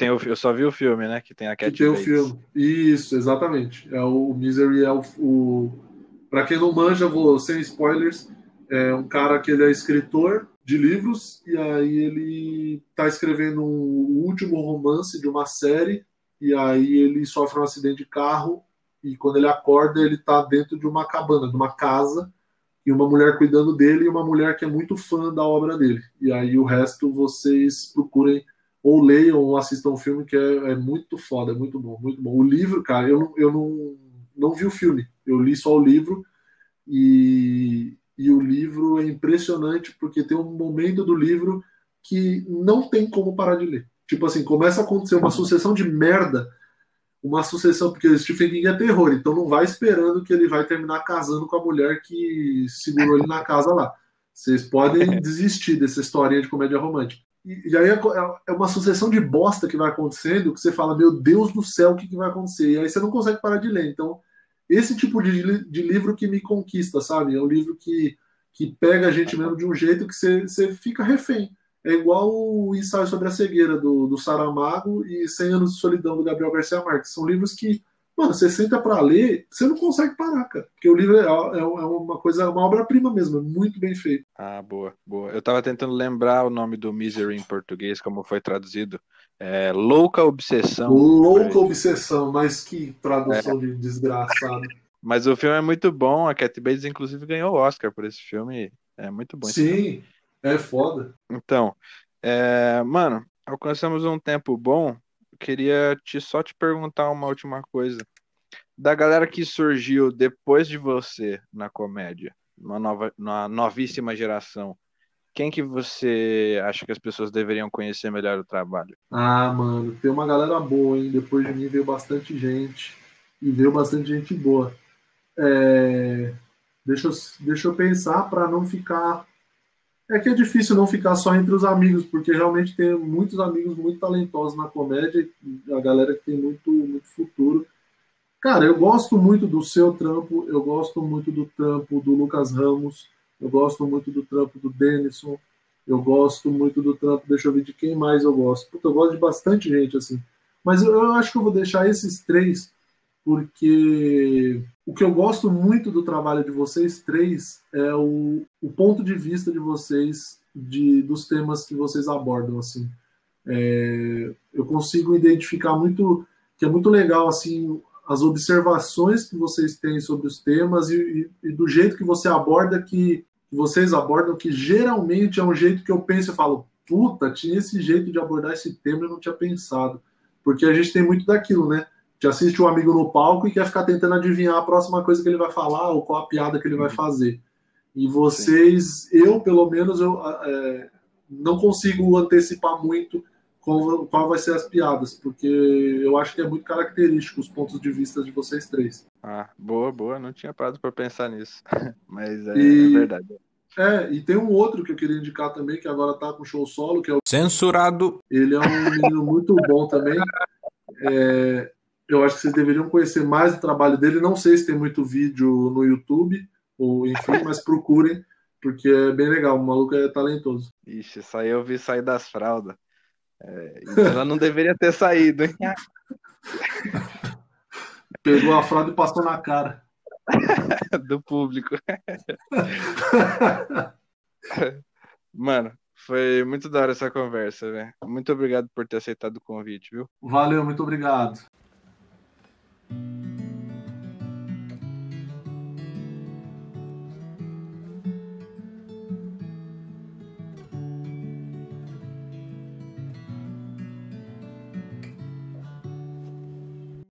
[SPEAKER 3] eu só vi o filme, né? Que tem a
[SPEAKER 2] que
[SPEAKER 3] Cat
[SPEAKER 2] tem o
[SPEAKER 3] Bates.
[SPEAKER 2] filme. Isso, exatamente. É o Misery é para quem não manja, vou sem spoilers, é um cara que ele é escritor de livros e aí ele está escrevendo o último romance de uma série e aí ele sofre um acidente de carro e quando ele acorda ele está dentro de uma cabana, de uma casa e uma mulher cuidando dele e uma mulher que é muito fã da obra dele. E aí o resto vocês procurem ou leiam ou assistam o filme que é muito foda, é muito bom, muito bom. O livro, cara, eu não vi o filme, eu li só o livro e o livro é impressionante porque tem um momento do livro que não tem como parar de ler. Tipo assim, começa a acontecer uma sucessão de merda, uma sucessão, porque Stephen King é terror, então não vai esperando que ele vai terminar casando com a mulher que segurou ele na casa lá. Vocês podem desistir dessa historinha de comédia romântica. E aí é uma sucessão de bosta que vai acontecendo que você fala, meu Deus do céu, o que vai acontecer? E aí você não consegue parar de ler. Então, esse tipo de livro que me conquista, sabe? É um livro que pega a gente mesmo de um jeito que você fica refém. É igual o ensaio sobre a cegueira do Saramago e 100 anos de solidão do Gabriel Garcia Marques. São livros que, mano, você senta para ler, você não consegue parar, cara. Porque o livro é uma coisa, uma obra-prima mesmo, é muito bem feito.
[SPEAKER 3] Ah, boa, boa. Eu tava tentando lembrar o nome do Misery em português, como foi traduzido. É Louca Obsessão.
[SPEAKER 2] Louca Obsessão, mas que tradução de desgraçado.
[SPEAKER 3] Mas o filme é muito bom, a Cat Bates inclusive ganhou o Oscar por esse filme. É muito bom esse filme.
[SPEAKER 2] Sim, é foda.
[SPEAKER 3] Então, mano, alcançamos um tempo bom. Eu queria só te perguntar uma última coisa. Da galera que surgiu depois de você na comédia, uma novíssima geração, quem que você acha que as pessoas deveriam conhecer melhor o trabalho?
[SPEAKER 2] Ah, mano, tem uma galera boa, hein? Depois de mim veio bastante gente. E veio bastante gente boa. É, deixa eu pensar para não ficar. É que é difícil não ficar só entre os amigos, porque realmente tem muitos amigos muito talentosos na comédia, a galera que tem muito, muito futuro. Cara, eu gosto muito do seu trampo, eu gosto muito do trampo do Lucas Ramos, eu gosto muito do trampo do Denison, eu gosto muito do trampo, deixa eu ver de quem mais eu gosto. Puta, eu gosto de bastante gente, assim. Mas eu acho que eu vou deixar esses três, porque o que eu gosto muito do trabalho de vocês três é o ponto de vista de vocês dos temas que vocês abordam, assim. Eu consigo identificar muito, que é muito legal, assim, as observações que vocês têm sobre os temas e do jeito que você aborda, que vocês abordam, que geralmente é um jeito que eu penso e falo, puta, tinha esse jeito de abordar esse tema, eu não tinha pensado. Porque a gente tem muito daquilo, né? Te assiste um amigo no palco e quer ficar tentando adivinhar a próxima coisa que ele vai falar ou qual a piada que ele vai fazer. E vocês, eu pelo menos, não consigo antecipar muito qual vai ser as piadas, porque eu acho que é muito característico os pontos de vista de vocês três.
[SPEAKER 3] Ah, boa, boa. Não tinha parado para pensar nisso. Mas é
[SPEAKER 2] E,
[SPEAKER 3] verdade.
[SPEAKER 2] e tem um outro que eu queria indicar também, que agora tá com show solo, que é o
[SPEAKER 1] Censurado.
[SPEAKER 2] Ele é um menino muito bom também. Eu acho que vocês deveriam conhecer mais o trabalho dele. Não sei se tem muito vídeo no YouTube, ou enfim, mas procurem, porque é bem legal. O maluco é talentoso.
[SPEAKER 3] Ixi, isso aí eu vi sair das fraldas. Ela não deveria ter saído, hein?
[SPEAKER 2] Pegou a fralda e passou na cara.
[SPEAKER 3] Do público. Mano, foi muito da hora essa conversa, velho. Muito obrigado por ter aceitado o convite, viu?
[SPEAKER 2] Valeu, muito obrigado.